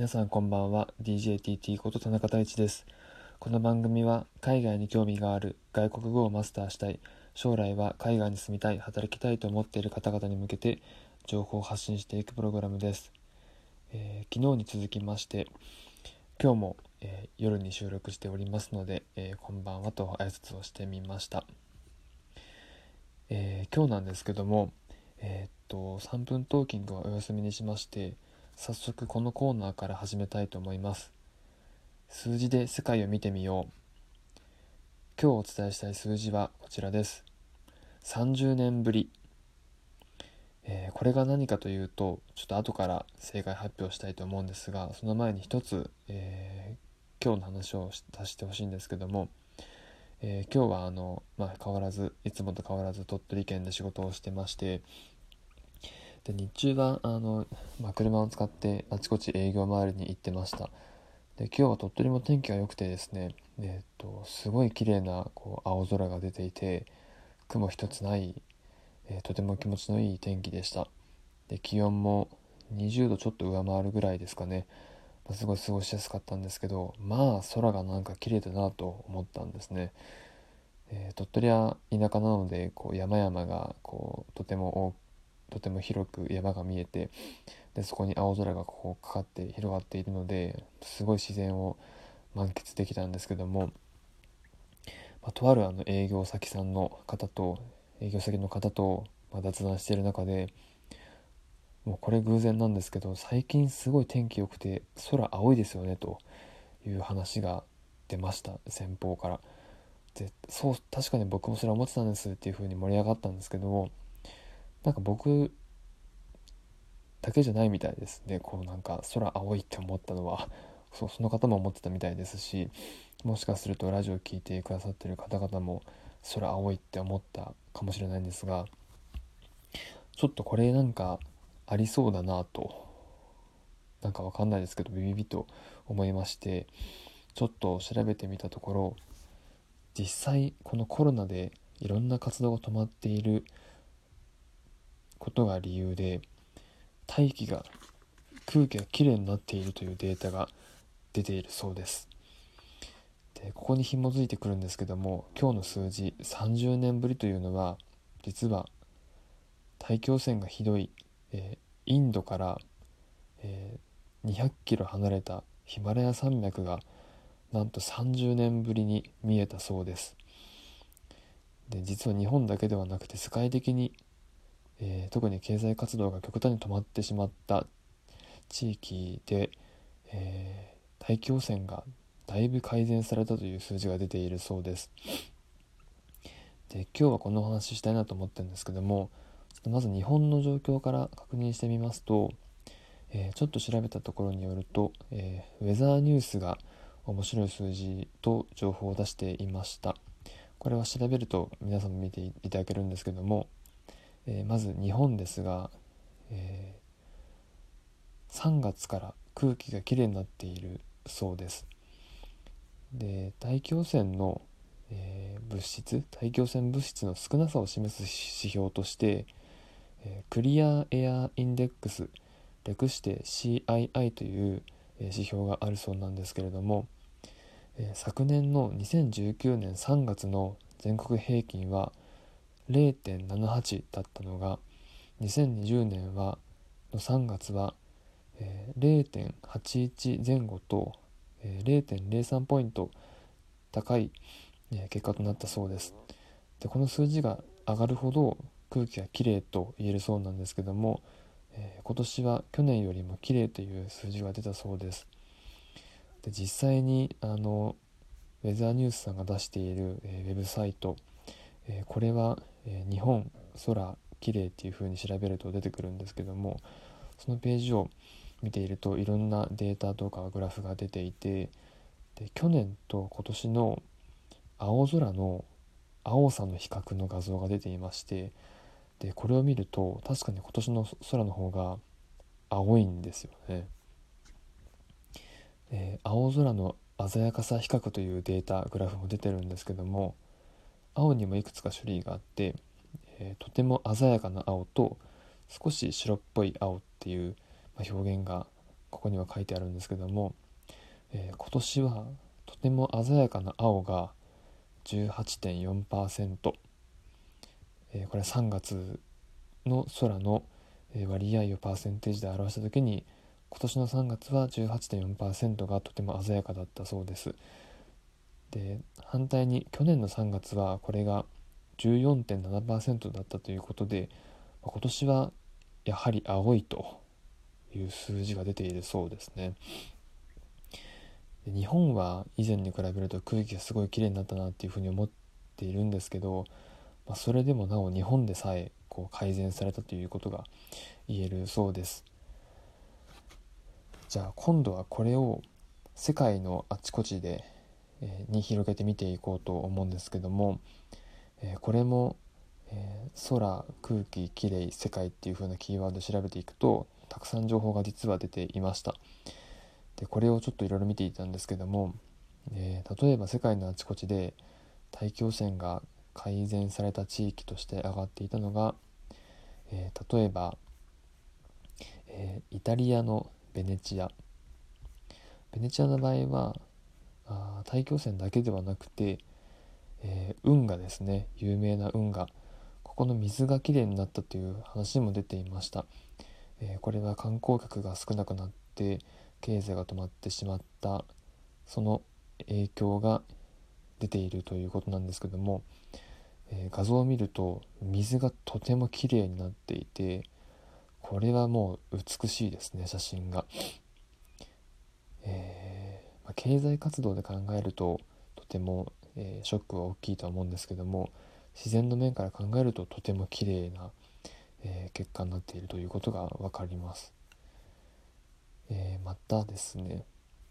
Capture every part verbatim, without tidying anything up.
皆さんこんばんは。 ディージェーティーティー こと田中太一です。この番組は海外に興味がある、外国語をマスターしたい、将来は海外に住みたい、働きたいと思っている方々に向けて情報を発信していくプログラムです。えー昨日に続きまして今日も、えー夜に収録しておりますので、えーこんばんはと挨拶をしてみました。えー今日なんですけども、えーっとさんぷんトーキングはお休みにしまして、早速このコーナーから始めたいと思います。数字で世界を見てみよう。今日お伝えしたい数字はこちらです。さんじゅうねんぶり。えーこれが何かというと、ちょっと後から正解発表したいと思うんですが、その前に一つ、えー今日の話をさせてほしいんですけども、えー今日はあの、まあ、変わらずいつもと変わらず鳥取県で仕事をしてまして、で日中はあの、まあ、車を使ってあちこち営業回りに行ってました。で今日は鳥取も天気が良くてですね、えーっとすごい綺麗なこう青空が出ていて、雲一つない、えーとても気持ちのいい天気でした。で気温もにじゅうどちょっと上回るぐらいですかね。まあすごい過ごしやすかったんですけど、まあ空がなんか綺麗だなと思ったんですね。えー鳥取は田舎なので、こう山々がこうとても多とても広く山が見えて、でそこに青空がこうかかって広がっているので、すごい自然を満喫できたんですけども、まあ、とあるあの営業先さんの方と営業先の方とまあ雑談している中で、もうこれ偶然なんですけど、最近すごい天気良くて空青いですよねという話が出ました、先方から。でそう、確かに僕もそれは思ってたんですっていう風に盛り上がったんですけども、なんか僕だけじゃないみたいですね。こうなんか空青いって思ったのはそう、その方も思ってたみたいですし、もしかするとラジオを聞いてくださっている方々も空青いって思ったかもしれないんですが、ちょっとこれなんかありそうだなと、なんかわかんないですけどビビビと思いまして、ちょっと調べてみたところ、実際このコロナでいろんな活動が止まっていることが理由で、大気が空気がきれいになっているというデータが出ているそうです。でここに紐づいてくるんですけども、今日の数字さんじゅうねんぶりというのは、実は大気汚染がひどい、えーインドから、えーにひゃっキロ離れたヒマラヤ山脈がなんとさんじゅうねんぶりに見えたそうです。で実は日本だけではなくて世界的に、えー特に経済活動が極端に止まってしまった地域で、えー大気汚染がだいぶ改善されたという数字が出ているそうです。で今日はこのお話ししたいなと思ってるんですけども、まず日本の状況から確認してみますと、えーちょっと調べたところによると、えーウェザーニュースが面白い数字と情報を出していました。これは調べると皆さんも見ていただけるんですけども、えーまず日本ですが、えーさんがつから空気がきれいになっているそうです。で大気汚染の、えー物質大気汚染物質の少なさを示す指標として、えークリアエアインデックス、略して シーアイアイ という、えー指標があるそうなんですけれども、えー昨年のにせんじゅうきゅうねんさんがつの全国平均は れいてんななはち だったのが、にせんにじゅうねんはのさんがつは、えー、れいてんはちいち前後と、えー、れいてんれいさんポイント高い、えー結果となったそうです。でこの数字が上がるほど空気がきれいと言えるそうなんですけども、えー今年は去年よりもきれいという数字が出たそうです。で実際にあのウェザーニュースさんが出している、えーウェブサイト、えーこれは、えー日本空きれいっていう風に調べると出てくるんですけども、そのページを見ているといろんなデータとかグラフが出ていて、で去年と今年の青空の青さの比較の画像が出ていまして、でこれを見ると確かに今年の空の方が青いんですよね。えー青空の鮮やかさ比較というデータグラフも出てるんですけども、青にもいくつか種類があって、えーとても鮮やかな青と少し白っぽい青っていう、まあ、表現がここには書いてあるんですけども、えー今年はとても鮮やかな青が じゅうはちてんよんパーセント、えーこれはさんがつの空の割合をパーセンテージで表したときに、今年のさんがつは じゅうはちてんよんパーセント がとても鮮やかだったそうです。で、反対に去年のさんがつはこれが じゅうよんてんななパーセント だったということで、今年はやはり青いという数字が出ているそうですね。で、日本は以前に比べると空気がすごい綺麗になったなっていうふうに思っているんですけど、まあ、それでもなお日本でさえこう改善されたということが言えるそうです。じゃあ今度はこれを世界のあちこちで、えーに広げてみていこうと思うんですけども、えーこれも、えー空、空気、きれい、世界っていう風なキーワードを調べていくとたくさん情報が実は出ていました。で、これをちょっといろいろ見ていたんですけども、えー例えば世界のあちこちで大気汚染が改善された地域として挙がっていたのが、えー例えば、えーイタリアのベネチアベネチアの場合はあ大気汚染だけではなくて、えー運河ですね、有名な運河、ここの水がきれいになったという話も出ていました。えーこれは観光客が少なくなって経済が止まってしまったその影響が出ているということなんですけども、えー画像を見ると水がとてもきれいになっていて、これはもう美しいですね、写真が。えーまあ、経済活動で考えるととても、えーショックは大きいとは思うんですけども、自然の面から考えるととても綺麗な、えー結果になっているということが分かります。えーまたですね、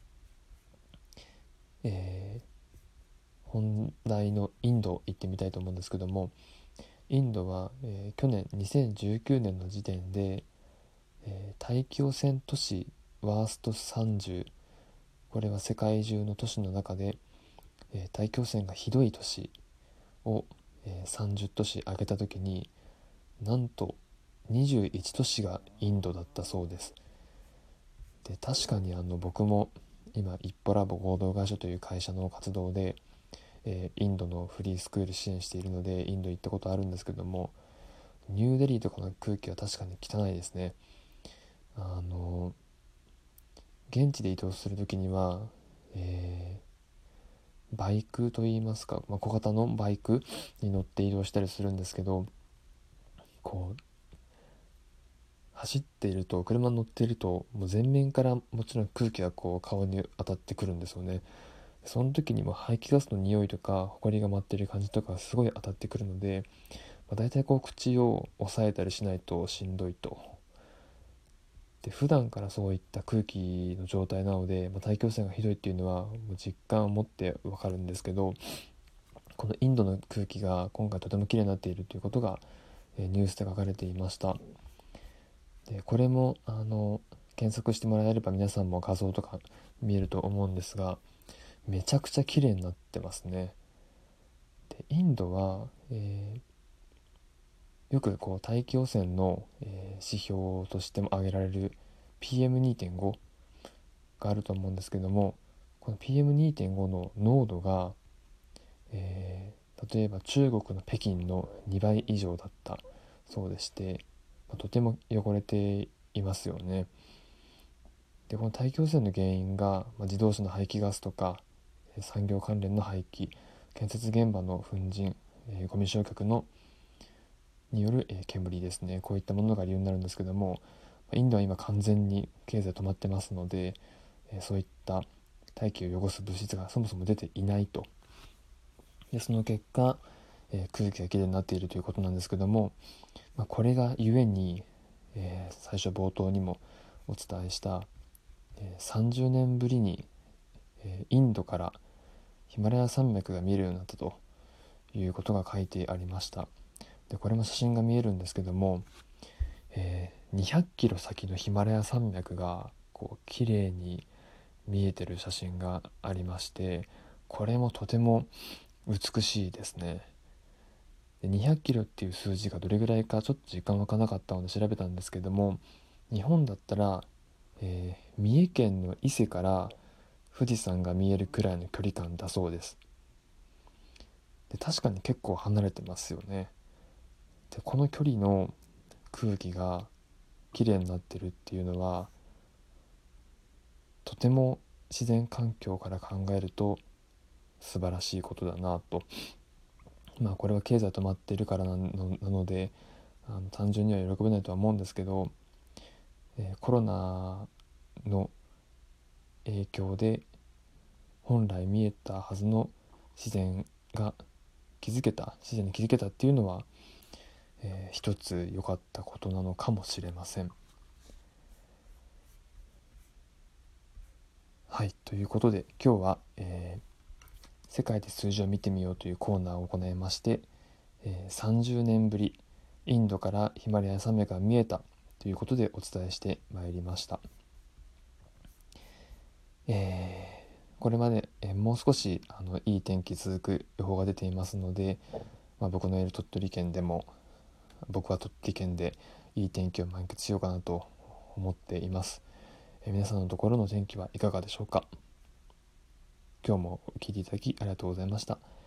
えー本題のインド行ってみたいと思うんですけども、インドは、えー去年にせんじゅうきゅうねんの時点で、えー大気汚染都市ワーストさんじゅう、これは世界中の都市の中で、えー大気汚染がひどい都市を、えーさんじゅう都市挙げた時に、なんとにじゅういち都市がインドだったそうです。で、確かにあの僕も今一歩ラボ合同会社という会社の活動で、えーインドのフリースクール支援しているのでインド行ったことあるんですけども、ニューデリーとかの空気は確かに汚いですね。あの現地で移動する時には、えーバイクといいますか、まあ、小型のバイクに乗って移動したりするんですけど、こう走っていると、車に乗っていると、もう前面からもちろん空気がこう顔に当たってくるんですよね。その時にも排気ガスの匂いとか埃が舞ってる感じとかすごい当たってくるので、まあ、大体こう口を押さえたりしないとしんどいと。で、普段からそういった空気の状態なので、まあ、大気汚染がひどいっていうのはもう実感を持ってわかるんですけど、このインドの空気が今回とても綺麗になっているということが、えーニュースで書かれていました。で、これもあの検索してもらえれば皆さんも画像とか見えると思うんですが、めちゃくちゃ綺麗になってますね。で、インドは、えーよくこう大気汚染の、えー指標としても挙げられる ピーエムにてんご があると思うんですけども、この ピーエムにてんご の濃度が、えー例えば中国の北京のにばい以上だったそうでして、まあとても汚れていますよね。で、この大気汚染の原因が、まあ、自動車の排気ガスとかえー産業関連の排気、建設現場の粉塵、えーゴミ焼却のによる、えー煙ですね、こういったものが理由になるんですけども、インドは今完全に経済止まってますので、えーそういった大気を汚す物質がそもそも出ていないと。で、その結果、えー空気がきれいになっているということなんですけども、まあ、これがゆえに、えー最初冒頭にもお伝えした、えーさんじゅうねんぶりに、えーインドからヒマラヤ山脈が見えるようになったということが書いてありました。で、これも写真が見えるんですけども、えーにひゃくキロ先のヒマラヤ山脈がこう綺麗に見えてる写真がありまして、これもとても美しいですね。で、にひゃくキロっていう数字がどれぐらいかちょっと時間わかなかったので調べたんですけども、日本だったら、 えー三重県の伊勢から富士山が見えるくらいの距離感だそうです。で確かに結構離れてますよね。でこの距離の空気が綺麗になってるっていうのは、とても自然環境から考えると素晴らしいことだなと。まあこれは経済止まっているからなの、なのであの単純には喜べないとは思うんですけど、えーコロナの影響で本来見えたはずの自然が気づけた自然に気づけたっていうのは、えー一つ良かったことなのかもしれません。はい、ということで今日は、えー世界で数字を見てみようというコーナーを行いまして、えーさんじゅうねんぶりインドからヒマラヤ山脈が見えたということでお伝えしてまいりました。えーこれまで、えーもう少しあのいい天気続く予報が出ていますので、まあ、僕のいる鳥取県でも僕は鳥取県でいい天気を満喫しようかなと思っています。えー皆さんのところの天気はいかがでしょうか。今日も聞いていただきありがとうございました。